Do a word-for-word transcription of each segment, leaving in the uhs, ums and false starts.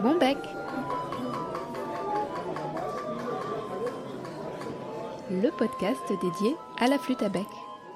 Bon bec, le podcast dédié à la flûte à bec.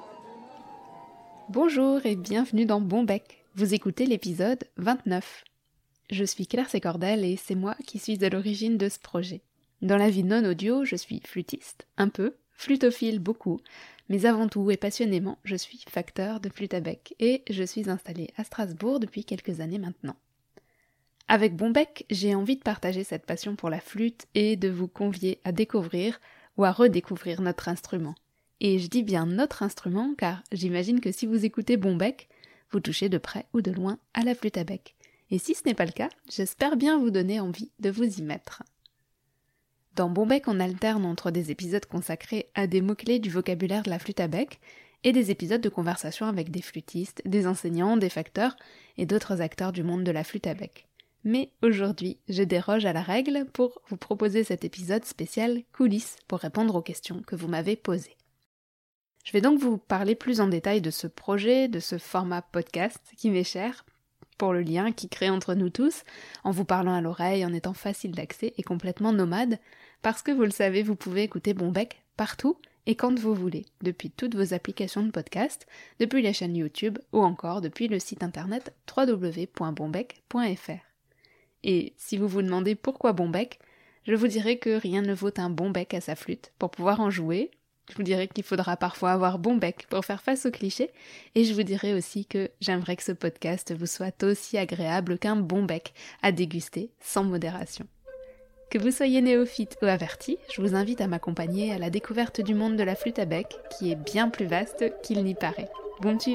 Bonjour et bienvenue dans Bon bec, vous écoutez l'épisode vingt-neuf. Je suis Claire Sécordel et c'est moi qui suis à l'origine de ce projet. Dans la vie non audio, je suis flûtiste, un peu, flutophile beaucoup, mais avant tout et passionnément, je suis facteur de flûte à bec et je suis installée à Strasbourg depuis quelques années maintenant. Avec Bon bec, j'ai envie de partager cette passion pour la flûte et de vous convier à découvrir ou à redécouvrir notre instrument. Et je dis bien notre instrument car j'imagine que si vous écoutez Bon bec, vous touchez de près ou de loin à la flûte à bec. Et si ce n'est pas le cas, j'espère bien vous donner envie de vous y mettre. Dans Bon bec, on alterne entre des épisodes consacrés à des mots-clés du vocabulaire de la flûte à bec et des épisodes de conversation avec des flûtistes, des enseignants, des facteurs et d'autres acteurs du monde de la flûte à bec. Mais aujourd'hui, je déroge à la règle pour vous proposer cet épisode spécial coulisses pour répondre aux questions que vous m'avez posées. Je vais donc vous parler plus en détail de ce projet, de ce format podcast qui m'est cher, pour le lien qui crée entre nous tous, en vous parlant à l'oreille, en étant facile d'accès et complètement nomade, parce que vous le savez, vous pouvez écouter Bon bec partout et quand vous voulez, depuis toutes vos applications de podcast, depuis les chaînes YouTube ou encore depuis le site internet w w w point bon bec point f r. Et si vous vous demandez pourquoi Bon bec, je vous dirai que rien ne vaut un bon bec à sa flûte pour pouvoir en jouer. Je vous dirai qu'il faudra parfois avoir bon bec pour faire face aux clichés, et je vous dirai aussi que j'aimerais que ce podcast vous soit aussi agréable qu'un bon bec à déguster sans modération. Que vous soyez néophyte ou averti, je vous invite à m'accompagner à la découverte du monde de la flûte à bec, qui est bien plus vaste qu'il n'y paraît. Vous me suivez ?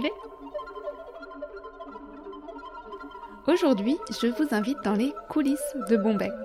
Aujourd'hui, je vous invite dans les coulisses de Bon bec.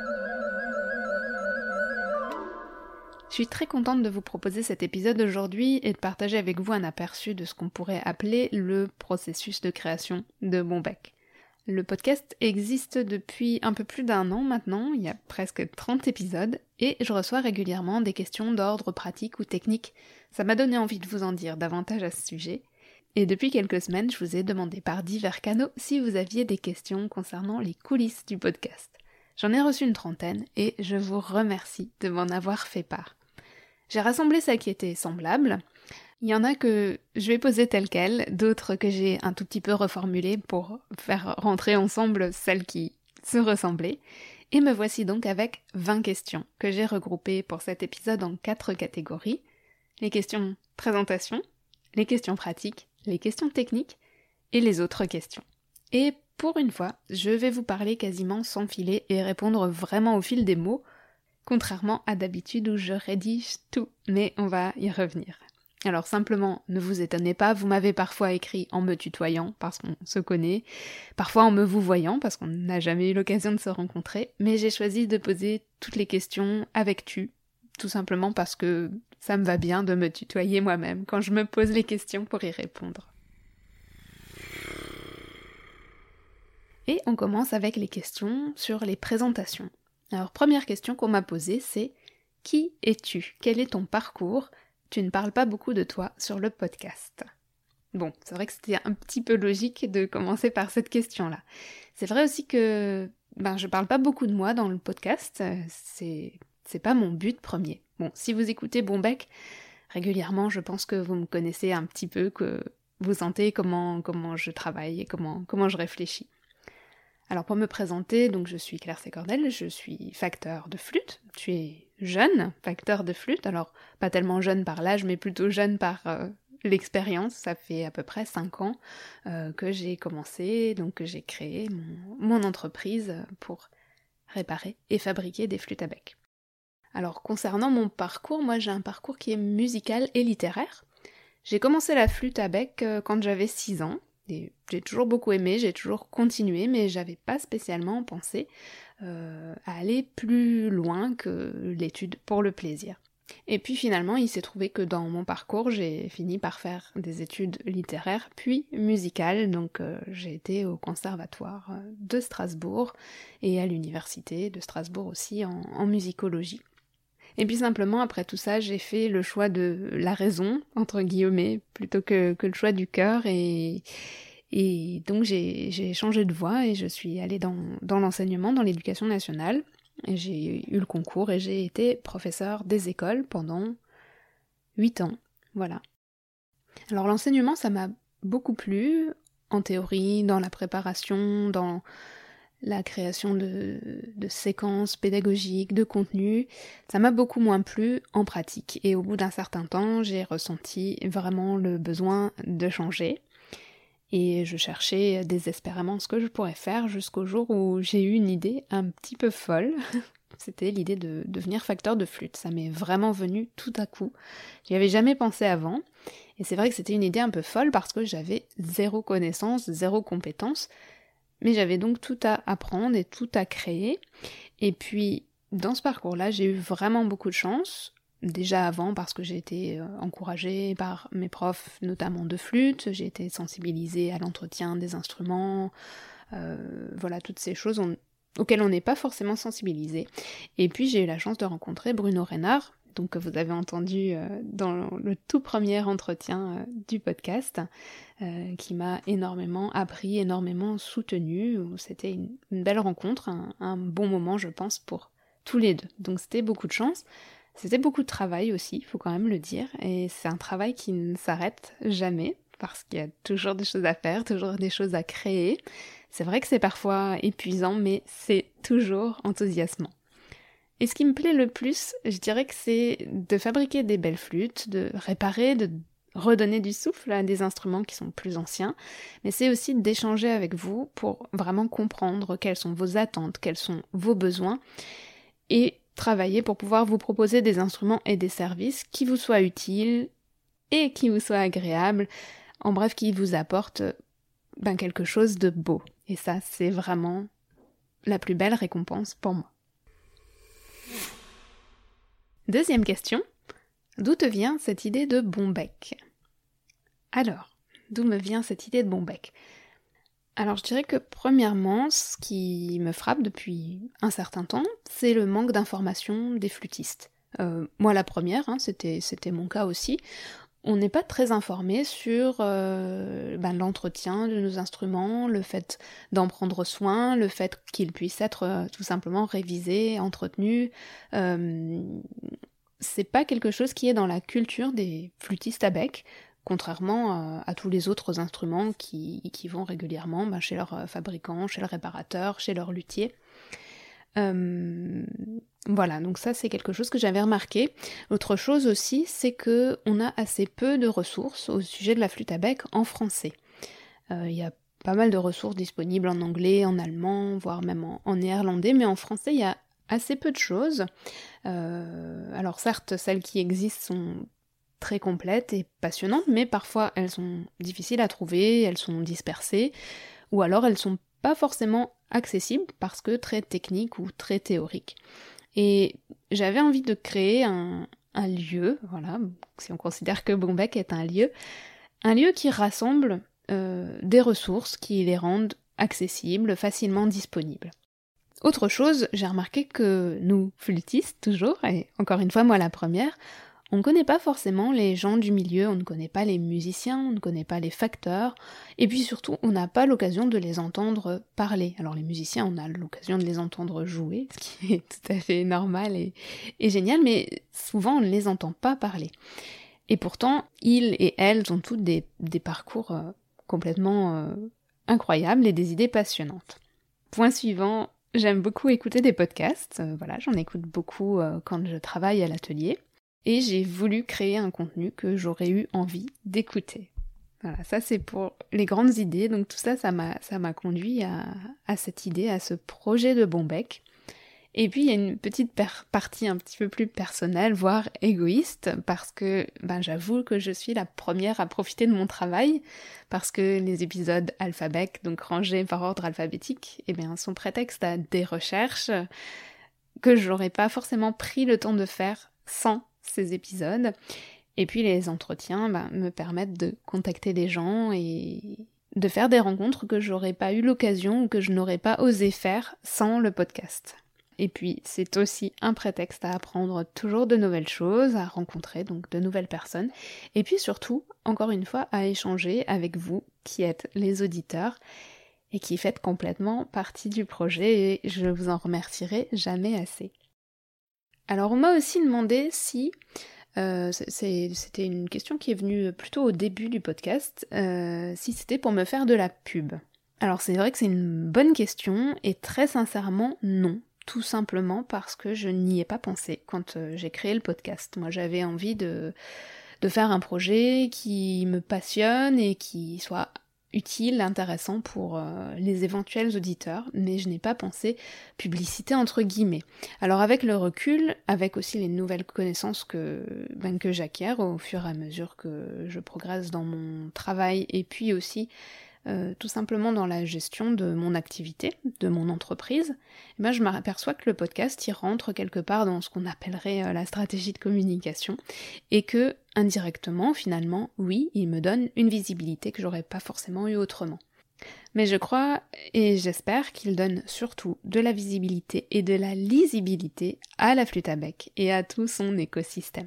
Je suis très contente de vous proposer cet épisode aujourd'hui et de partager avec vous un aperçu de ce qu'on pourrait appeler le processus de création de Bon bec. Le podcast existe depuis un peu plus d'un an maintenant, il y a presque trente épisodes, et je reçois régulièrement des questions d'ordre pratique ou technique. Ça m'a donné envie de vous en dire davantage à ce sujet. Et depuis quelques semaines, je vous ai demandé par divers canaux si vous aviez des questions concernant les coulisses du podcast. J'en ai reçu une trentaine et je vous remercie de m'en avoir fait part. J'ai rassemblé celles qui étaient semblables. Il y en a que je vais poser telles quelles, d'autres que j'ai un tout petit peu reformulées pour faire rentrer ensemble celles qui se ressemblaient. Et me voici donc avec vingt questions que j'ai regroupées pour cet épisode en quatre catégories. Les questions présentation, les questions pratiques, les questions techniques et les autres questions. Et pour une fois, je vais vous parler quasiment sans filet et répondre vraiment au fil des mots, contrairement à d'habitude où je rédige tout, mais on va y revenir. Alors simplement, ne vous étonnez pas, vous m'avez parfois écrit en me tutoyant parce qu'on se connaît, parfois en me vous voyant parce qu'on n'a jamais eu l'occasion de se rencontrer, mais j'ai choisi de poser toutes les questions avec tu, tout simplement parce que ça me va bien de me tutoyer moi-même quand je me pose les questions pour y répondre. Et on commence avec les questions sur les présentations. Alors, première question qu'on m'a posée, c'est « Qui es-tu ? Quel est ton parcours ? Tu ne parles pas beaucoup de toi sur le podcast. » Bon, c'est vrai que c'était un petit peu logique de commencer par cette question-là. C'est vrai aussi que ben, je parle pas beaucoup de moi dans le podcast, c'est, c'est pas mon but premier. Bon, si vous écoutez Bon bec régulièrement, je pense que vous me connaissez un petit peu, que vous sentez comment, comment je travaille et comment, comment je réfléchis. Alors pour me présenter, donc je suis Claire Sécordel, je suis facteur de flûte, je suis jeune facteur de flûte, alors pas tellement jeune par l'âge, mais plutôt jeune par euh, l'expérience. Ça fait à peu près cinq ans euh, que j'ai commencé, donc que j'ai créé mon, mon entreprise pour réparer et fabriquer des flûtes à bec. Alors concernant mon parcours, moi j'ai un parcours qui est musical et littéraire. J'ai commencé la flûte à bec euh, quand j'avais six ans. Et j'ai toujours beaucoup aimé, j'ai toujours continué, mais j'avais pas spécialement pensé euh, à aller plus loin que l'étude pour le plaisir. Et puis finalement, il s'est trouvé que dans mon parcours, j'ai fini par faire des études littéraires, puis musicales, donc euh, j'ai été au conservatoire de Strasbourg et à l'université de Strasbourg aussi en, en musicologie. Et puis simplement, après tout ça, j'ai fait le choix de la raison, entre guillemets, plutôt que, que le choix du cœur, et, Et donc j'ai, j'ai changé de voie et je suis allée dans, dans l'enseignement, dans l'éducation nationale. Et j'ai eu le concours et j'ai été professeure des écoles pendant huit ans. Voilà. Alors l'enseignement, ça m'a beaucoup plu, en théorie, dans la préparation, dans la création de, de séquences pédagogiques, de contenus. Ça m'a beaucoup moins plu en pratique. Et au bout d'un certain temps, j'ai ressenti vraiment le besoin de changer. Et je cherchais désespérément ce que je pourrais faire jusqu'au jour où j'ai eu une idée un petit peu folle. C'était l'idée de devenir facteur de flûte. Ça m'est vraiment venu tout à coup. J'y avais jamais pensé avant. Et c'est vrai que c'était une idée un peu folle parce que j'avais zéro connaissance, zéro compétence. Mais j'avais donc tout à apprendre et tout à créer. Et puis, dans ce parcours-là, j'ai eu vraiment beaucoup de chance. Déjà avant, parce que j'ai été encouragée par mes profs, notamment de flûte. J'ai été sensibilisée à l'entretien des instruments. Euh, voilà, toutes ces choses on, auxquelles on n'est pas forcément sensibilisé. Et puis, j'ai eu la chance de rencontrer Bruno Reynard, donc que vous avez entendu euh, dans le tout premier entretien euh, du podcast, euh, qui m'a énormément appris, énormément soutenu. C'était une, une belle rencontre, un, un bon moment, je pense, pour tous les deux. Donc c'était beaucoup de chance. C'était beaucoup de travail aussi, il faut quand même le dire, et c'est un travail qui ne s'arrête jamais, parce qu'il y a toujours des choses à faire, toujours des choses à créer. C'est vrai que c'est parfois épuisant, mais c'est toujours enthousiasmant. Et ce qui me plaît le plus, je dirais que c'est de fabriquer des belles flûtes, de réparer, de redonner du souffle à des instruments qui sont plus anciens, mais c'est aussi d'échanger avec vous pour vraiment comprendre quelles sont vos attentes, quels sont vos besoins, et travailler pour pouvoir vous proposer des instruments et des services qui vous soient utiles et qui vous soient agréables, en bref, qui vous apportent ben, quelque chose de beau. Et ça, c'est vraiment la plus belle récompense pour moi. Deuxième question, d'où te vient cette idée de bon bec ? Alors, d'où me vient cette idée de bon bec ? Alors je dirais que premièrement, ce qui me frappe depuis un certain temps, c'est le manque d'information des flûtistes. Euh, moi la première, hein, c'était, c'était mon cas aussi, on n'est pas très informé sur euh, ben, l'entretien de nos instruments, le fait d'en prendre soin, le fait qu'ils puissent être euh, tout simplement révisés, entretenus. Euh, c'est pas quelque chose qui est dans la culture des flûtistes à bec, contrairement à, à tous les autres instruments qui, qui vont régulièrement ben, chez leur fabricant, chez le réparateur, chez leur luthier. Euh, voilà, donc ça c'est quelque chose que j'avais remarqué. Autre chose aussi, c'est que on a assez peu de ressources au sujet de la flûte à bec en français. Euh, il y a pas mal de ressources disponibles en anglais, en allemand, voire même en, en néerlandais, mais en français il y a assez peu de choses. Euh, alors certes, celles qui existent sont très complètes et passionnantes, mais parfois elles sont difficiles à trouver, elles sont dispersées, ou alors elles sont pas forcément accessibles parce que très techniques ou très théoriques. Et j'avais envie de créer un, un lieu, voilà, si on considère que Bon Bec est un lieu, un lieu qui rassemble euh, des ressources qui les rendent accessibles, facilement disponibles. Autre chose, j'ai remarqué que nous, flûtistes toujours, et encore une fois moi la première, on ne connaît pas forcément les gens du milieu, on ne connaît pas les musiciens, on ne connaît pas les facteurs, et puis surtout, on n'a pas l'occasion de les entendre parler. Alors les musiciens, on a l'occasion de les entendre jouer, ce qui est tout à fait normal et, et génial, mais souvent on ne les entend pas parler. Et pourtant, ils et elles ont toutes des, des parcours euh, complètement euh, incroyables et des idées passionnantes. Point suivant, j'aime beaucoup écouter des podcasts, euh, voilà, j'en écoute beaucoup euh, quand je travaille à l'atelier. Et j'ai voulu créer un contenu que j'aurais eu envie d'écouter. Voilà, ça c'est pour les grandes idées, donc tout ça, ça m'a, ça m'a conduit à, à cette idée, à ce projet de Bon Bec. Et puis il y a une petite per- partie un petit peu plus personnelle, voire égoïste, parce que ben, j'avoue que je suis la première à profiter de mon travail, parce que les épisodes alphabec, donc rangés par ordre alphabétique, eh bien, sont prétexte à des recherches que j'aurais pas forcément pris le temps de faire sans ces épisodes. Et puis les entretiens bah, me permettent de contacter des gens et de faire des rencontres que j'aurais pas eu l'occasion ou que je n'aurais pas osé faire sans le podcast. et puis c'est aussi un prétexte à apprendre toujours de nouvelles choses, à rencontrer donc de nouvelles personnes, et puis surtout, encore une fois, à échanger avec vous qui êtes les auditeurs et qui faites complètement partie du projet, et je vous en remercierai jamais assez. Alors on m'a aussi demandé si, euh, c'est, c'était une question qui est venue plutôt au début du podcast, euh, si c'était pour me faire de la pub. Alors c'est vrai que c'est une bonne question, et très sincèrement non, tout simplement parce que je n'y ai pas pensé quand euh, j'ai créé le podcast. Moi j'avais envie de, de faire un projet qui me passionne et qui soit utile, intéressant pour euh, les éventuels auditeurs, mais je n'ai pas pensé publicité entre guillemets. Alors avec le recul, avec aussi les nouvelles connaissances que, ben, que j'acquiers au fur et à mesure que je progresse dans mon travail, et puis aussi euh, tout simplement dans la gestion de mon activité, de mon entreprise, eh ben, je m'aperçois que le podcast il rentre quelque part dans ce qu'on appellerait euh, la stratégie de communication, et que indirectement, finalement, oui, il me donne une visibilité que j'aurais pas forcément eu autrement. Mais je crois et j'espère qu'il donne surtout de la visibilité et de la lisibilité à la flûte à bec et à tout son écosystème.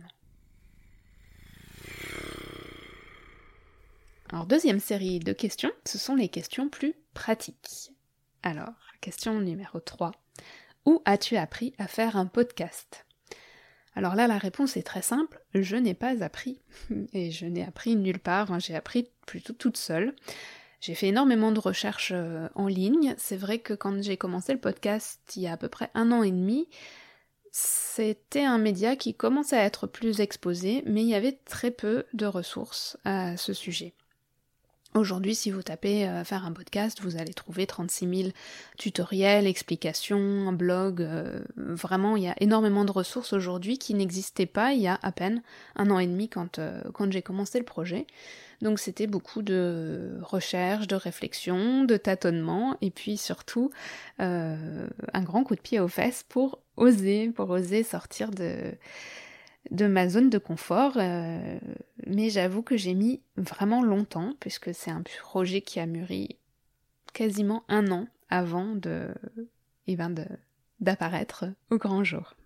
Alors, deuxième série de questions, ce sont les questions plus pratiques. Alors, question numéro trois. Où as-tu appris à faire un podcast ? Alors là, la réponse est très simple, je n'ai pas appris. Et je n'ai appris nulle part, hein, j'ai appris plutôt toute seule. J'ai fait énormément de recherches euh, en ligne. C'est vrai que quand j'ai commencé le podcast il y a à peu près un an et demi, c'était un média qui commençait à être plus exposé, mais il y avait très peu de ressources à ce sujet. Aujourd'hui, si vous tapez euh, faire un podcast, vous allez trouver trente-six mille tutoriels, explications, un blog. Euh, vraiment, il y a énormément de ressources aujourd'hui qui n'existaient pas il y a à peine un an et demi quand, euh, quand j'ai commencé le projet. Donc c'était beaucoup de recherche, de réflexion, de tâtonnement, et puis surtout euh, un grand coup de pied aux fesses pour oser, pour oser sortir de... de ma zone de confort, euh, mais j'avoue que j'ai mis vraiment longtemps, puisque c'est un projet qui a mûri quasiment un an avant de, eh ben de, d'apparaître au grand jour.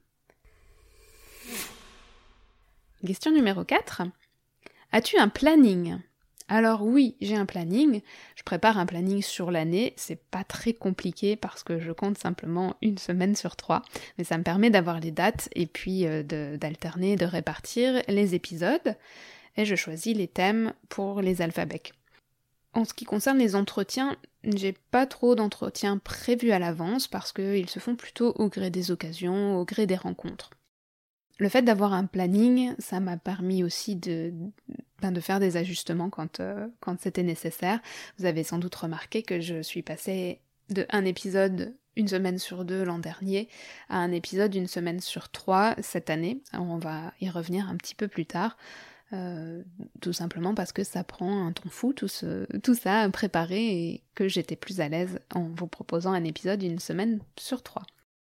Question numéro quatre. As-tu un planning ? Alors oui, j'ai un planning, je prépare un planning sur l'année, c'est pas très compliqué parce que je compte simplement une semaine sur trois, mais ça me permet d'avoir les dates et puis euh, de, d'alterner, de répartir les épisodes, et je choisis les thèmes pour les alphabets. En ce qui concerne les entretiens, j'ai pas trop d'entretiens prévus à l'avance parce qu'ils se font plutôt au gré des occasions, au gré des rencontres. Le fait d'avoir un planning, ça m'a permis aussi de, ben de faire des ajustements quand, euh, quand c'était nécessaire. Vous avez sans doute remarqué que je suis passée de un épisode une semaine sur deux l'an dernier à un épisode une semaine sur trois cette année. Alors on va y revenir un petit peu plus tard, euh, tout simplement parce que ça prend un temps fou tout, ce, tout ça à préparer et que j'étais plus à l'aise en vous proposant un épisode une semaine sur trois.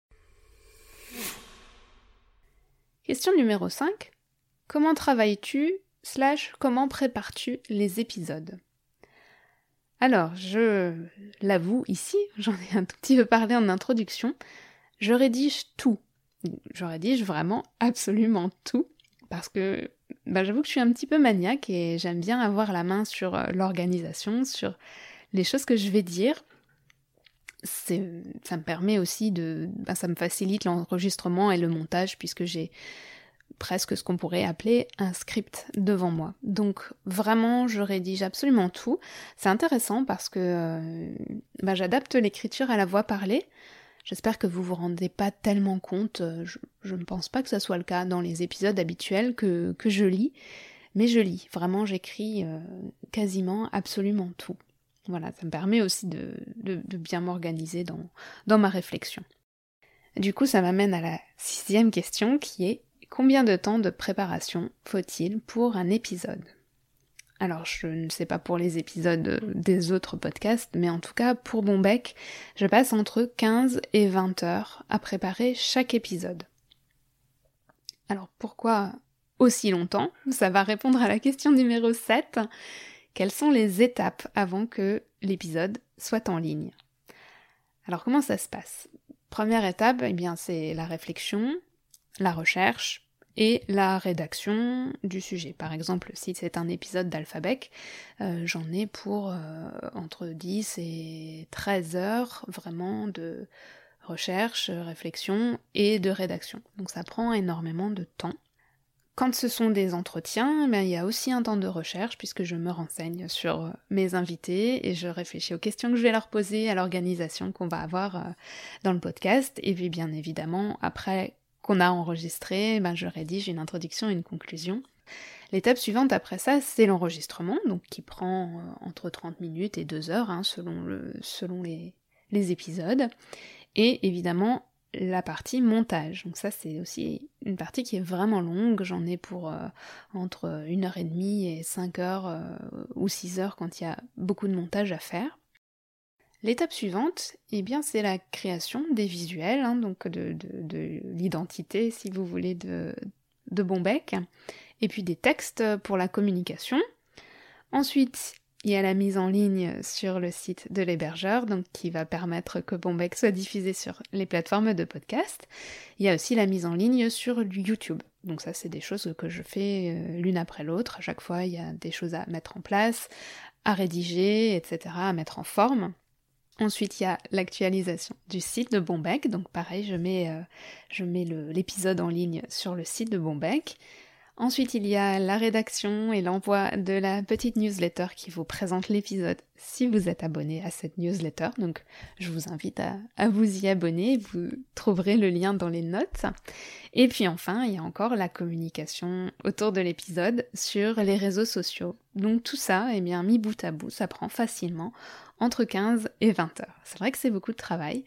Question numéro cinq. Comment travailles-tu slash comment prépares-tu les épisodes ? Alors, je l'avoue ici, j'en ai un tout petit peu parlé en introduction, je rédige tout. Je rédige vraiment absolument tout, parce que bah, j'avoue que je suis un petit peu maniaque et j'aime bien avoir la main sur l'organisation, sur les choses que je vais dire. C'est, ça me permet aussi de... Ben, ça me facilite l'enregistrement et le montage puisque j'ai presque ce qu'on pourrait appeler un script devant moi. Donc vraiment, je rédige absolument tout. C'est intéressant parce que euh, ben, j'adapte l'écriture à la voix parlée. J'espère que vous vous rendez pas tellement compte. Je, je ne pense pas que ça soit le cas dans les épisodes habituels que, que je lis. Mais je lis. Vraiment, j'écris euh, quasiment absolument tout. Voilà, ça me permet aussi de, de, de bien m'organiser dans, dans ma réflexion. Du coup, ça m'amène à la sixième question qui est « Combien de temps de préparation faut-il pour un épisode ?» Alors, je ne sais pas pour les épisodes des autres podcasts, mais en tout cas, pour Bon Bec, je passe entre quinze et vingt heures à préparer chaque épisode. Alors, pourquoi aussi longtemps ? Ça va répondre à la question numéro sept. Quelles sont les étapes avant que l'épisode soit en ligne ? Alors comment ça se passe ? première étape, eh bien, c'est la réflexion, la recherche et la rédaction du sujet. Par exemple, si c'est un épisode d'Alphabec, euh, j'en ai pour euh, entre dix et treize heures vraiment de recherche, réflexion et de rédaction. Donc ça prend énormément de temps. Quand ce sont des entretiens, ben, il y a aussi un temps de recherche puisque je me renseigne sur mes invités et je réfléchis aux questions que je vais leur poser, à l'organisation qu'on va avoir euh, dans le podcast. Et puis bien évidemment, après qu'on a enregistré, ben, je rédige une introduction et une conclusion. L'étape suivante après ça, c'est l'enregistrement, donc qui prend euh, entre trente minutes et deux heures, hein, selon, le, selon les, les épisodes. Et évidemment, la partie montage. Donc ça, c'est aussi une partie qui est vraiment longue. J'en ai pour euh, entre une heure et demie et cinq heures euh, ou six heures quand il y a beaucoup de montage à faire. L'étape suivante, eh bien, c'est la création des visuels, hein, donc de, de, de l'identité, si vous voulez, de, de Bombec, et puis des textes pour la communication. Ensuite, il y a la mise en ligne sur le site de l'hébergeur, donc qui va permettre que Bombec soit diffusé sur les plateformes de podcast. Il y a aussi la mise en ligne sur YouTube. Donc ça, c'est des choses que je fais euh, l'une après l'autre. À chaque fois, il y a des choses à mettre en place, à rédiger, et cetera, à mettre en forme. Ensuite, il y a l'actualisation du site de Bombec. Donc pareil, je mets, euh, je mets le, l'épisode en ligne sur le site de Bombec. Ensuite, il y a la rédaction et l'envoi de la petite newsletter qui vous présente l'épisode si vous êtes abonné à cette newsletter. Donc, je vous invite à, à vous y abonner. Vous trouverez le lien dans les notes. Et puis enfin, il y a encore la communication autour de l'épisode sur les réseaux sociaux. Donc tout ça, eh bien, mis bout à bout, ça prend facilement entre quinze et vingt heures. C'est vrai que c'est beaucoup de travail.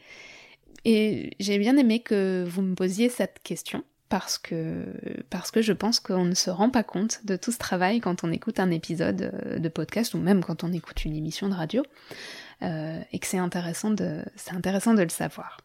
Et j'ai bien aimé que vous me posiez cette question. Parce que, parce que je pense qu'on ne se rend pas compte de tout ce travail quand on écoute un épisode de podcast ou même quand on écoute une émission de radio euh, et que c'est intéressant de, c'est intéressant de le savoir.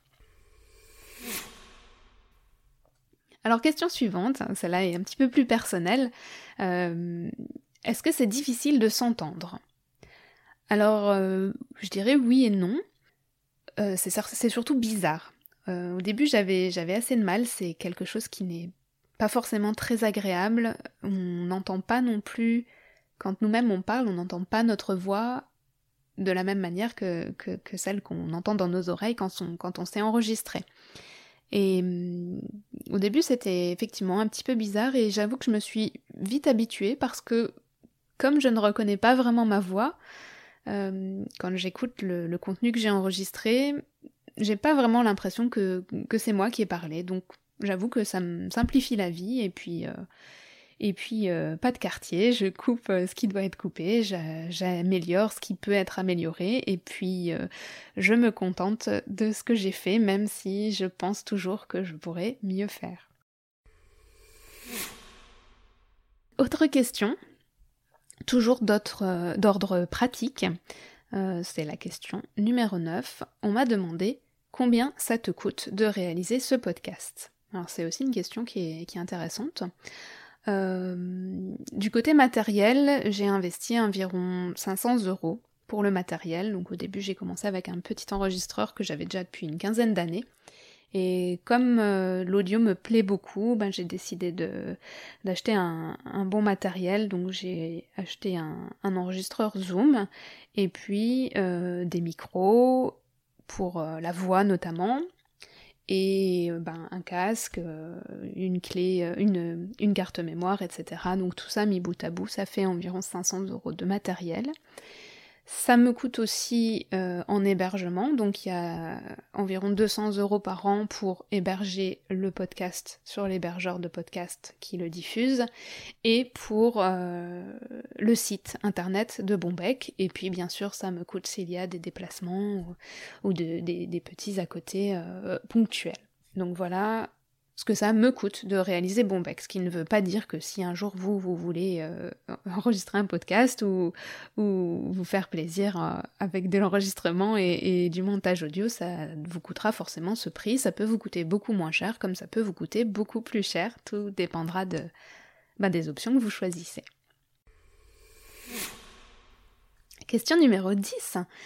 Alors question suivante, celle-là est un petit peu plus personnelle, euh, est-ce que c'est difficile de s'entendre ? Alors euh, je dirais oui et non, euh, c'est, c'est surtout bizarre. Euh, au début, j'avais, j'avais assez de mal, c'est quelque chose qui n'est pas forcément très agréable. On n'entend pas non plus, quand nous-mêmes on parle, on n'entend pas notre voix de la même manière que, que, que celle qu'on entend dans nos oreilles quand on, quand on s'est enregistré. Et euh, au début, c'était effectivement un petit peu bizarre et j'avoue que je me suis vite habituée parce que, comme je ne reconnais pas vraiment ma voix, euh, quand j'écoute le, le contenu que j'ai enregistré, j'ai pas vraiment l'impression que, que c'est moi qui ai parlé, donc j'avoue que ça me simplifie la vie, et puis, euh, et puis euh, pas de quartier, je coupe euh, ce qui doit être coupé, j'a, j'améliore ce qui peut être amélioré, et puis euh, je me contente de ce que j'ai fait, même si je pense toujours que je pourrais mieux faire. Autre question, toujours d'autres, euh, d'ordre pratique, euh, c'est la question numéro neuf, on m'a demandé combien ça te coûte de réaliser ce podcast ? Alors c'est aussi une question qui est, qui est intéressante. Euh, du côté matériel, j'ai investi environ cinq cents euros pour le matériel. Donc au début j'ai commencé avec un petit enregistreur que j'avais déjà depuis une quinzaine d'années. Et comme euh, l'audio me plaît beaucoup, ben, j'ai décidé de, d'acheter un, un bon matériel. Donc j'ai acheté un, un enregistreur Zoom et puis euh, des micros, pour euh, la voix notamment, et euh, ben, un casque, euh, une clé, euh, une, une carte mémoire, et cetera. Donc tout ça mis bout à bout, ça fait environ cinq cents euros de matériel. Ça me coûte aussi euh, en hébergement, donc il y a environ deux cents euros par an pour héberger le podcast sur l'hébergeur de podcast qui le diffuse, et pour euh, le site internet de Bombec, et puis bien sûr ça me coûte s'il y a des déplacements ou, ou de, des, des petits à côté euh, ponctuels. Donc voilà ce que ça me coûte de réaliser Bombec, ce qui ne veut pas dire que si un jour vous, vous voulez euh, enregistrer un podcast ou, ou vous faire plaisir euh, avec de l'enregistrement et, et du montage audio, ça vous coûtera forcément ce prix. Ça peut vous coûter beaucoup moins cher, comme ça peut vous coûter beaucoup plus cher, tout dépendra de, bah, des options que vous choisissez. Question numéro dix.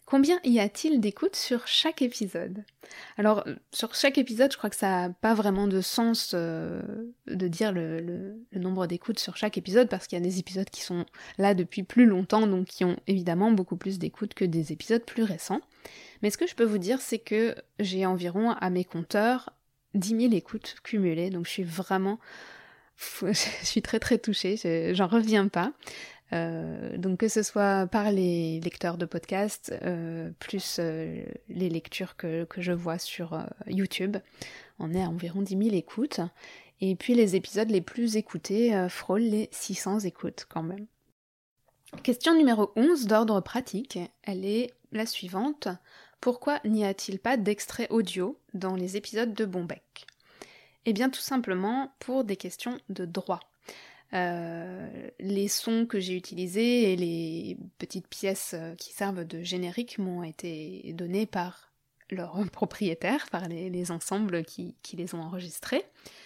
Combien y a-t-il d'écoutes sur chaque épisode ? Alors, sur chaque épisode, je crois que ça n'a pas vraiment de sens euh, de dire le, le, le nombre d'écoutes sur chaque épisode, parce qu'il y a des épisodes qui sont là depuis plus longtemps, donc qui ont évidemment beaucoup plus d'écoutes que des épisodes plus récents. Mais ce que je peux vous dire, c'est que j'ai environ, à mes compteurs, dix mille écoutes cumulées, donc je suis vraiment... Je suis très très touchée, je, j'en reviens pas. Euh, donc que ce soit par les lecteurs de podcasts, euh, plus euh, les lectures que, que je vois sur euh, YouTube, on est à environ dix mille écoutes. Et puis les épisodes les plus écoutés euh, frôlent les six cents écoutes quand même. Question numéro onze d'ordre pratique, elle est la suivante. Pourquoi n'y a-t-il pas d'extrait audio dans les épisodes de Bon Bec ? Eh bien tout simplement pour des questions de droit. Euh, les sons que j'ai utilisés et les petites pièces qui servent de générique m'ont été donnés par leurs propriétaires, par les, les ensembles qui, qui les ont enregistrés.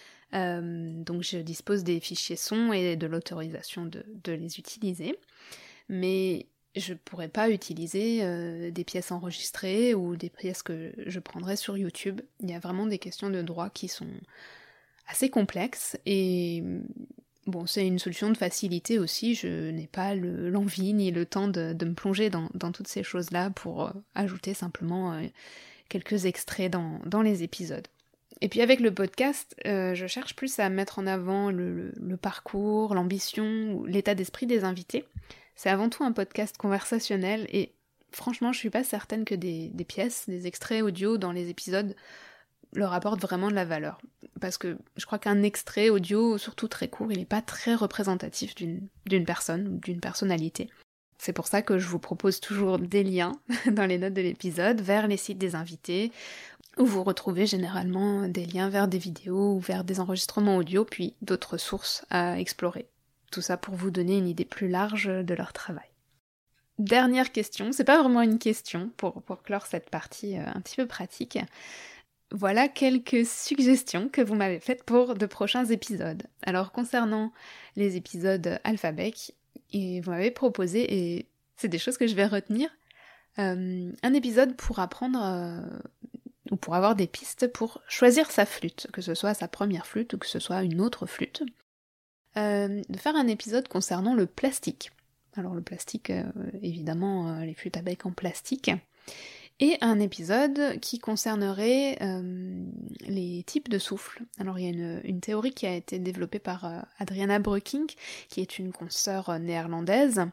Euh, donc je dispose des fichiers sons et de l'autorisation de, de les utiliser. Mais je pourrais pas utiliser euh, des pièces enregistrées ou des pièces que je prendrais sur YouTube. Il y a vraiment des questions de droit qui sont assez complexes et... Bon, c'est une solution de facilité aussi, je n'ai pas le, l'envie ni le temps de, de me plonger dans, dans toutes ces choses-là pour euh, ajouter simplement euh, quelques extraits dans, dans les épisodes. Et puis avec le podcast, euh, je cherche plus à mettre en avant le, le, le parcours, l'ambition, l'état d'esprit des invités. C'est avant tout un podcast conversationnel et franchement, je suis pas certaine que des, des pièces, des extraits audio dans les épisodes leur apporte vraiment de la valeur. Parce que je crois qu'un extrait audio, surtout très court, il n'est pas très représentatif d'une, d'une personne ou d'une personnalité. C'est pour ça que je vous propose toujours des liens dans les notes de l'épisode vers les sites des invités, où vous retrouvez généralement des liens vers des vidéos ou vers des enregistrements audio, puis d'autres sources à explorer. Tout ça pour vous donner une idée plus large de leur travail. Dernière question, c'est pas vraiment une question pour, pour clore cette partie un petit peu pratique. Voilà quelques suggestions que vous m'avez faites pour de prochains épisodes. Alors concernant les épisodes Alphabec, et vous m'avez proposé, et c'est des choses que je vais retenir, euh, un épisode pour apprendre, euh, ou pour avoir des pistes pour choisir sa flûte, que ce soit sa première flûte ou que ce soit une autre flûte. Euh, de faire un épisode concernant le plastique. Alors le plastique, euh, évidemment, euh, les flûtes à bec en plastique. Et un épisode qui concernerait euh, les types de souffle. Alors il y a une, une théorie qui a été développée par euh, Adriana Breukink, qui est une consoeur néerlandaise.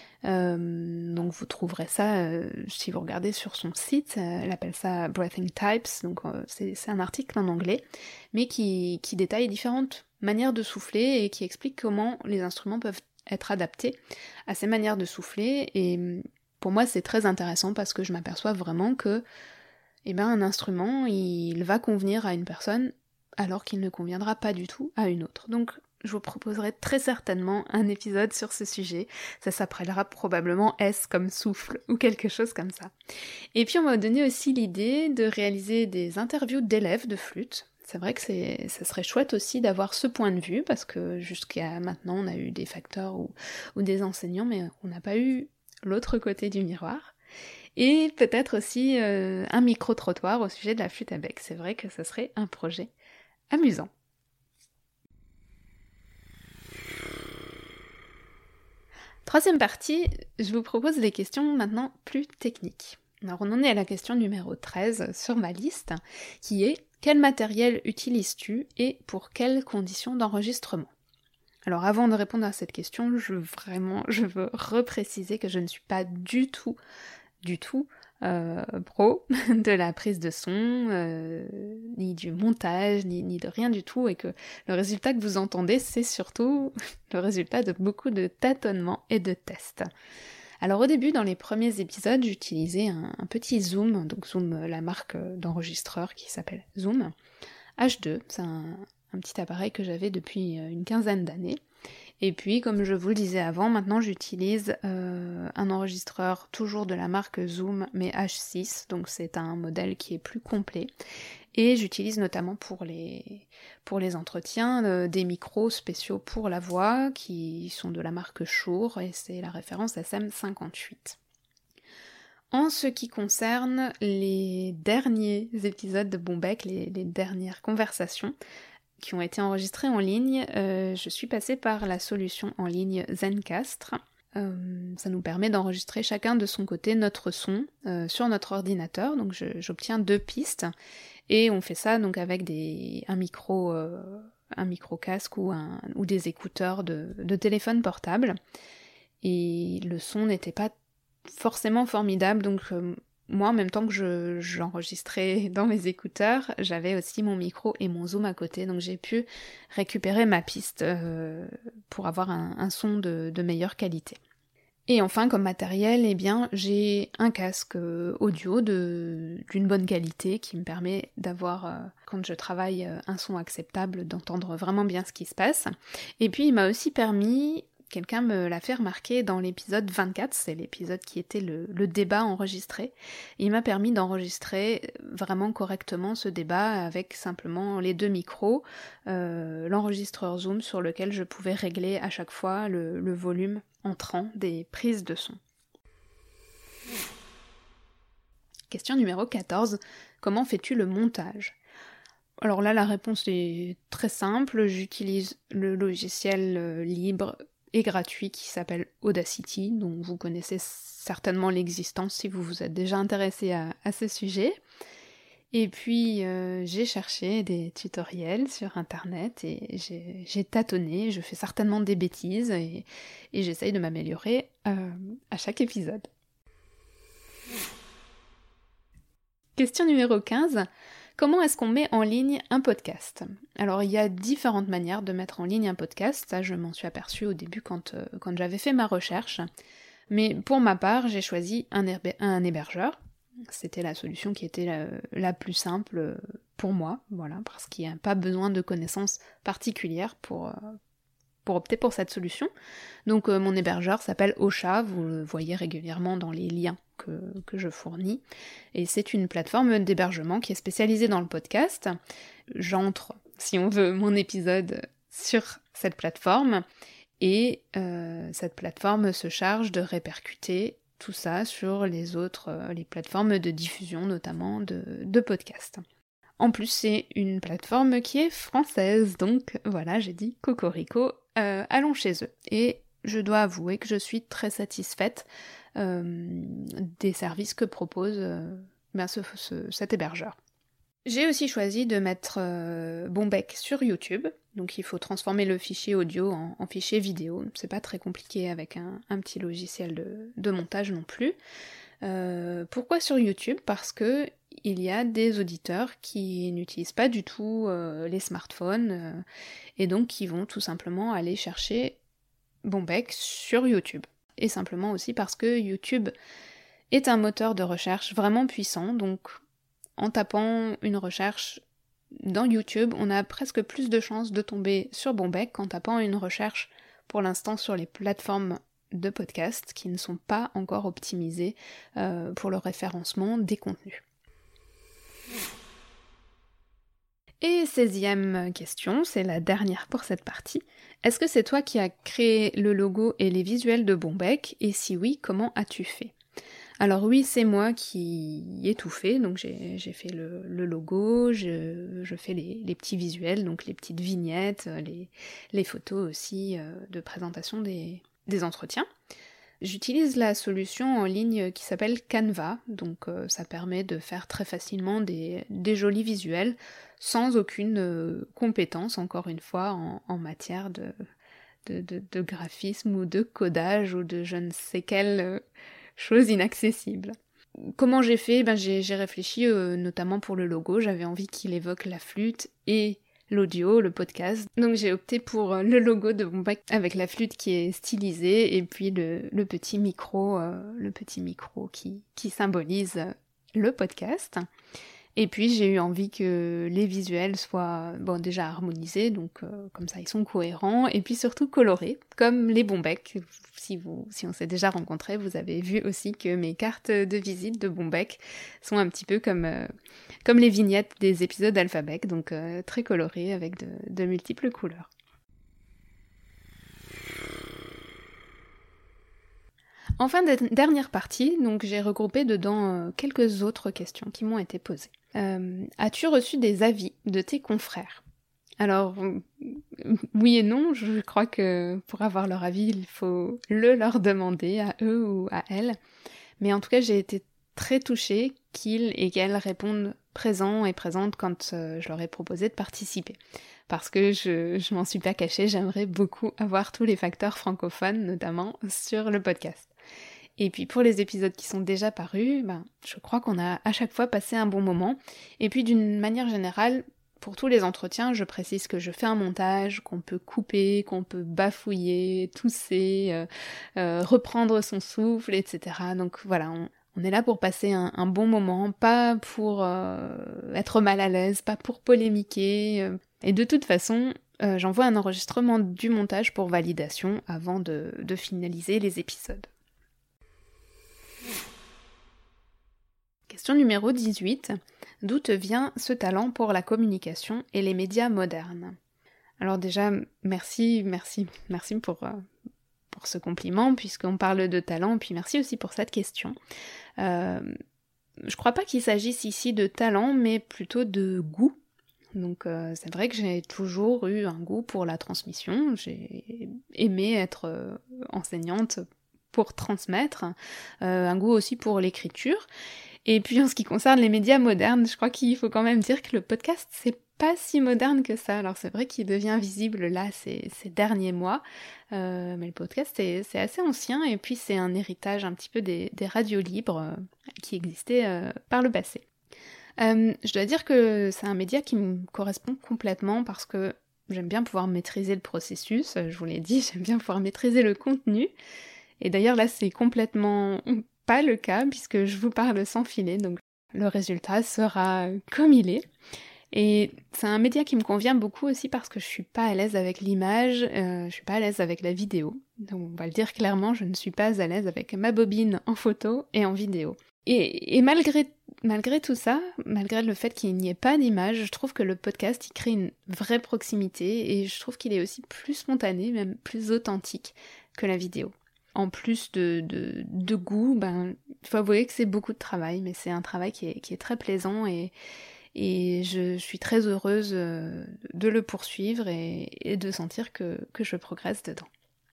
Euh, donc vous trouverez ça euh, si vous regardez sur son site, euh, elle appelle ça Breathing Types, donc euh, c'est, c'est un article en anglais, mais qui, qui détaille différentes manières de souffler et qui explique comment les instruments peuvent être adaptés à ces manières de souffler. Et pour moi, c'est très intéressant parce que je m'aperçois vraiment que eh ben, un instrument, il va convenir à une personne alors qu'il ne conviendra pas du tout à une autre. Donc, je vous proposerai très certainement un épisode sur ce sujet. Ça s'appellera probablement S comme souffle ou quelque chose comme ça. Et puis, on m'a donné aussi l'idée de réaliser des interviews d'élèves de flûte. C'est vrai que c'est, ça serait chouette aussi d'avoir ce point de vue parce que jusqu'à maintenant, on a eu des facteurs ou, ou des enseignants, mais on n'a pas eu l'autre côté du miroir, et peut-être aussi euh, un micro-trottoir au sujet de la flûte à bec. C'est vrai que ce serait un projet amusant. Troisième partie, je vous propose des questions maintenant plus techniques. Alors on en est à la question numéro treize sur ma liste, qui est « Quel matériel utilises-tu et pour quelles conditions d'enregistrement ?» Alors avant de répondre à cette question, je veux vraiment, je veux repréciser que je ne suis pas du tout, du tout euh, pro de la prise de son, euh, ni du montage, ni, ni de rien du tout, et que le résultat que vous entendez, c'est surtout le résultat de beaucoup de tâtonnements et de tests. Alors au début, dans les premiers épisodes, j'utilisais un, un petit Zoom, donc Zoom, la marque d'enregistreur qui s'appelle Zoom, H deux, c'est un... un petit appareil que j'avais depuis une quinzaine d'années. Et puis, comme je vous le disais avant, maintenant j'utilise euh, un enregistreur toujours de la marque Zoom, mais H six, donc c'est un modèle qui est plus complet. Et j'utilise notamment pour les, pour les entretiens euh, des micros spéciaux pour la voix, qui sont de la marque Shure, et c'est la référence S M cinquante-huit. En ce qui concerne les derniers épisodes de Bombec, les, les dernières conversations qui ont été enregistrées en ligne, euh, je suis passée par la solution en ligne Zencastr. Euh, ça nous permet d'enregistrer chacun de son côté notre son euh, sur notre ordinateur, donc je, j'obtiens deux pistes, et on fait ça donc avec des, un micro, euh, un micro casque ou, un, ou des écouteurs de, de téléphone portable, et le son n'était pas forcément formidable, donc euh, moi en même temps que je, j'enregistrais dans mes écouteurs, j'avais aussi mon micro et mon zoom à côté, donc j'ai pu récupérer ma piste euh, pour avoir un, un son de, de meilleure qualité. Et enfin, comme matériel, eh bien, j'ai un casque audio de, d'une bonne qualité qui me permet d'avoir, euh, quand je travaille, euh, un son acceptable, d'entendre vraiment bien ce qui se passe. Et puis, il m'a aussi permis, quelqu'un me l'a fait remarquer dans l'épisode vingt-quatre, c'est l'épisode qui était le, le débat enregistré, il m'a permis d'enregistrer vraiment correctement ce débat avec simplement les deux micros, euh, l'enregistreur Zoom sur lequel je pouvais régler à chaque fois le, le volume entrant des prises de son. Question numéro quatorze. Comment fais-tu le montage ? Alors là, la réponse est très simple. J'utilise le logiciel libre et gratuit qui s'appelle Audacity, dont vous connaissez certainement l'existence si vous vous êtes déjà intéressé à, à ce sujet. Et puis euh, j'ai cherché des tutoriels sur internet et j'ai, j'ai tâtonné, je fais certainement des bêtises et, et j'essaye de m'améliorer euh, à chaque épisode. Question numéro quinze. Comment est-ce qu'on met en ligne un podcast ? Alors il y a différentes manières de mettre en ligne un podcast, ça je m'en suis aperçue au début quand, euh, quand j'avais fait ma recherche, mais pour ma part j'ai choisi un, herbe- un hébergeur. C'était la solution qui était la, la plus simple pour moi, voilà, parce qu'il n'y a pas besoin de connaissances particulières pour, pour opter pour cette solution. Donc euh, mon hébergeur s'appelle Ocha, vous le voyez régulièrement dans les liens que, que je fournis, et c'est une plateforme d'hébergement qui est spécialisée dans le podcast. J'entre, si on veut, mon épisode sur cette plateforme, et euh, cette plateforme se charge de répercuter tout ça sur les autres, euh, les plateformes de diffusion notamment de, de podcasts. En plus, c'est une plateforme qui est française, donc voilà, j'ai dit cocorico, euh, allons chez eux. Et je dois avouer que je suis très satisfaite euh, des services que propose euh, ben ce, ce, cet hébergeur. J'ai aussi choisi de mettre euh, Bombec sur YouTube, donc il faut transformer le fichier audio en, en fichier vidéo, c'est pas très compliqué avec un, un petit logiciel de, de montage non plus. Euh, pourquoi sur YouTube ? Parce que il y a des auditeurs qui n'utilisent pas du tout euh, les smartphones, euh, et donc qui vont tout simplement aller chercher Bombec sur YouTube. Et simplement aussi parce que YouTube est un moteur de recherche vraiment puissant, donc en tapant une recherche dans YouTube, on a presque plus de chances de tomber sur Bombec qu'en tapant une recherche pour l'instant sur les plateformes de podcast qui ne sont pas encore optimisées euh, pour le référencement des contenus. Et seizième question, c'est la dernière pour cette partie. Est-ce que c'est toi qui as créé le logo et les visuels de Bombec ? Et si oui, comment as-tu fait ? Alors oui, c'est moi qui ai tout fait, donc j'ai, j'ai fait le, le logo, je, je fais les, les petits visuels, donc les petites vignettes, les, les photos aussi euh, de présentation des, des entretiens. J'utilise la solution en ligne qui s'appelle Canva, donc euh, ça permet de faire très facilement des, des jolis visuels, sans aucune euh, compétence, encore une fois, en, en matière de, de, de, de graphisme ou de codage ou de je ne sais quelle euh, chose inaccessible. Comment j'ai fait ? Ben j'ai, j'ai réfléchi euh, notamment pour le logo, j'avais envie qu'il évoque la flûte et l'audio, le podcast. Donc j'ai opté pour le logo de Bombec avec la flûte qui est stylisée et puis le, le petit micro, euh, le petit micro qui, qui symbolise le podcast. Et puis j'ai eu envie que les visuels soient bon déjà harmonisés, donc euh, comme ça ils sont cohérents, et puis surtout colorés, comme les Bombec. Si, vous, si on s'est déjà rencontrés, vous avez vu aussi que mes cartes de visite de Bombec sont un petit peu comme, euh, comme les vignettes des épisodes d'Alphabec, donc euh, très colorées avec de, de multiples couleurs. En fin de dernière partie, donc j'ai regroupé dedans euh, quelques autres questions qui m'ont été posées. Euh, as-tu reçu des avis de tes confrères ? Alors, oui et non, je crois que pour avoir leur avis, il faut le leur demander à eux ou à elles. Mais en tout cas, j'ai été très touchée qu'ils et qu'elles répondent présents et présentes quand euh, je leur ai proposé de participer. Parce que je, je m'en suis pas cachée, j'aimerais beaucoup avoir tous les facteurs francophones, notamment, sur le podcast. Et puis pour les épisodes qui sont déjà parus, ben, je crois qu'on a à chaque fois passé un bon moment. Et puis d'une manière générale, pour tous les entretiens, je précise que je fais un montage, qu'on peut couper, qu'on peut bafouiller, tousser, euh, euh, reprendre son souffle, et cetera. Donc voilà, on, on est là pour passer un, un bon moment, pas pour euh, être mal à l'aise, pas pour polémiquer. Euh. Et de toute façon, euh, j'envoie un enregistrement du montage pour validation avant de, de finaliser les épisodes. Question numéro dix-huit. D'où te vient ce talent pour la communication et les médias modernes ? Alors déjà, merci, merci, merci pour, euh, pour ce compliment, puisqu'on parle de talent, puis merci aussi pour cette question. Euh, je crois pas qu'il s'agisse ici de talent, mais plutôt de goût. Donc euh, c'est vrai que j'ai toujours eu un goût pour la transmission, j'ai aimé être euh, enseignante pour transmettre, euh, un goût aussi pour l'écriture. Et puis en ce qui concerne les médias modernes, je crois qu'il faut quand même dire que le podcast, c'est pas si moderne que ça. Alors c'est vrai qu'il devient visible là ces, ces derniers mois, euh, mais le podcast c'est, c'est assez ancien et puis c'est un héritage un petit peu des, des radios libres euh, qui existaient euh, par le passé. Euh, je dois dire que c'est un média qui me correspond complètement parce que j'aime bien pouvoir maîtriser le processus, je vous l'ai dit, j'aime bien pouvoir maîtriser le contenu. Et d'ailleurs là c'est complètement pas le cas puisque je vous parle sans filet, donc le résultat sera comme il est. Et c'est un média qui me convient beaucoup aussi parce que je suis pas à l'aise avec l'image, euh, je suis pas à l'aise avec la vidéo. Donc on va le dire clairement, je ne suis pas à l'aise avec ma bobine en photo et en vidéo. Et, et malgré, malgré tout ça, malgré le fait qu'il n'y ait pas d'image, je trouve que le podcast il crée une vraie proximité et je trouve qu'il est aussi plus spontané, même plus authentique que la vidéo. En plus de, de, de goût, ben, il faut avouer que c'est beaucoup de travail, mais c'est un travail qui est, qui est très plaisant et, et je suis très heureuse de le poursuivre et, et de sentir que, que je progresse dedans.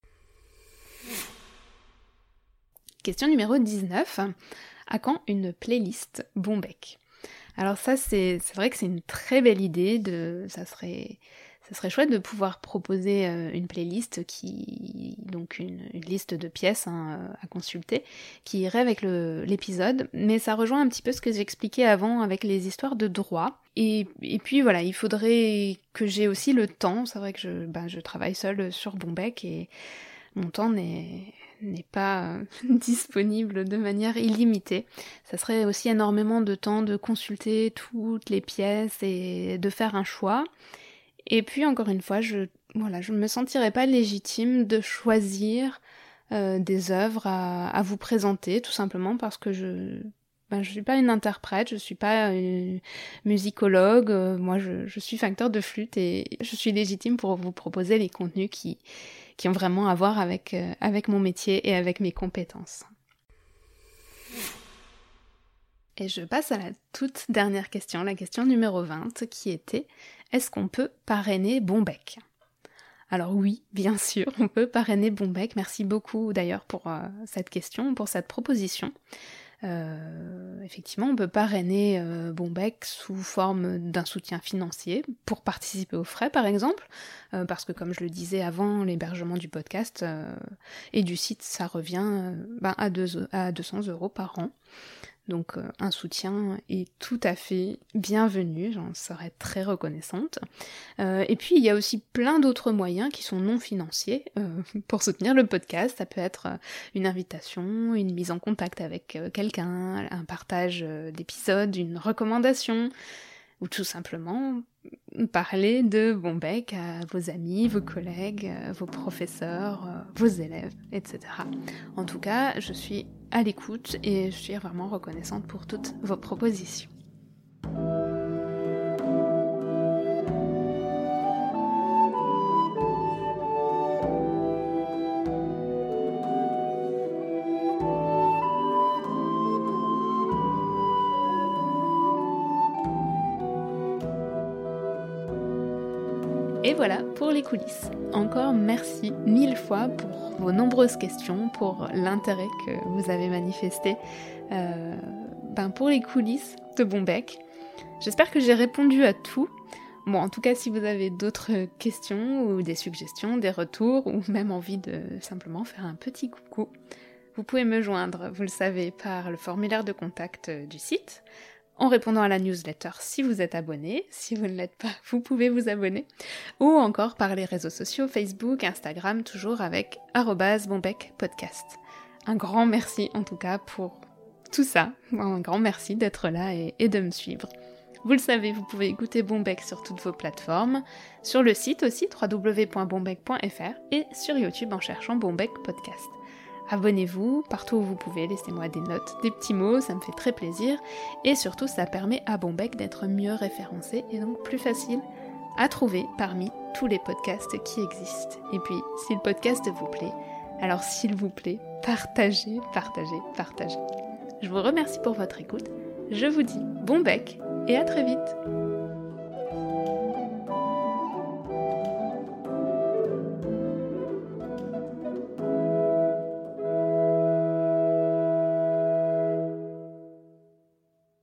Question numéro dix-neuf. À quand une playlist Bombec ? Alors ça, c'est, c'est vrai que c'est une très belle idée, de, ça serait... Ça serait chouette de pouvoir proposer euh, une playlist qui, donc une, une liste de pièces hein, à consulter, qui irait avec le, l'épisode, mais ça rejoint un petit peu ce que j'expliquais avant avec les histoires de droit. Et, et puis voilà, il faudrait que j'ai aussi le temps, c'est vrai que je, ben, je travaille seule sur Bombec et mon temps n'est, n'est pas euh, disponible de manière illimitée. Ça serait aussi énormément de temps de consulter toutes les pièces et de faire un choix. Et puis encore une fois, je voilà, je me sentirais pas légitime de choisir euh, des œuvres à, à vous présenter, tout simplement parce que je ben, je suis pas une interprète, je suis pas une musicologue, euh, moi je, je suis facteur de flûte et je suis légitime pour vous proposer les contenus qui, qui ont vraiment à voir avec, euh, avec mon métier et avec mes compétences. Et je passe à la toute dernière question, la question numéro vingt, qui était « Est-ce qu'on peut parrainer Bombec ?» Alors oui, bien sûr, on peut parrainer Bombec. Merci beaucoup d'ailleurs pour euh, cette question, pour cette proposition. Euh, effectivement, on peut parrainer euh, Bombec sous forme d'un soutien financier pour participer aux frais, par exemple, euh, parce que comme je le disais avant, l'hébergement du podcast euh, et du site, ça revient euh, ben, à, deux, à deux cents euros par an. Donc euh, un soutien est tout à fait bienvenu, j'en serais très reconnaissante. Euh, et puis il y a aussi plein d'autres moyens qui sont non financiers euh, pour soutenir le podcast. Ça peut être une invitation, une mise en contact avec euh, quelqu'un, un partage euh, d'épisodes, une recommandation, ou tout simplement parler de Bombec à vos amis, vos collègues, vos professeurs, vos élèves, et cetera. En tout cas, je suis à l'écoute et je suis vraiment reconnaissante pour toutes vos propositions. Et voilà pour les coulisses. Encore merci mille fois pour vos nombreuses questions, pour l'intérêt que vous avez manifesté euh, ben pour les coulisses de Bombec. J'espère que j'ai répondu à tout. Bon, en tout cas, si vous avez d'autres questions ou des suggestions, des retours, ou même envie de simplement faire un petit coucou, vous pouvez me joindre, vous le savez, par le formulaire de contact du site, en répondant à la newsletter si vous êtes abonné. Si vous ne l'êtes pas, vous pouvez vous abonner. Ou encore par les réseaux sociaux, Facebook, Instagram, toujours avec arobase bombec podcast. Un grand merci en tout cas pour tout ça. Un grand merci d'être là et, et de me suivre. Vous le savez, vous pouvez écouter Bombec sur toutes vos plateformes, sur le site aussi w w w point bombec point f r et sur YouTube en cherchant Bombec Podcast. Abonnez-vous partout où vous pouvez, laissez-moi des notes, des petits mots, ça me fait très plaisir, et surtout ça permet à Bombec d'être mieux référencé et donc plus facile à trouver parmi tous les podcasts qui existent. Et puis, si le podcast vous plaît, alors s'il vous plaît, partagez, partagez, partagez. Je vous remercie pour votre écoute, je vous dis bon bec et à très vite.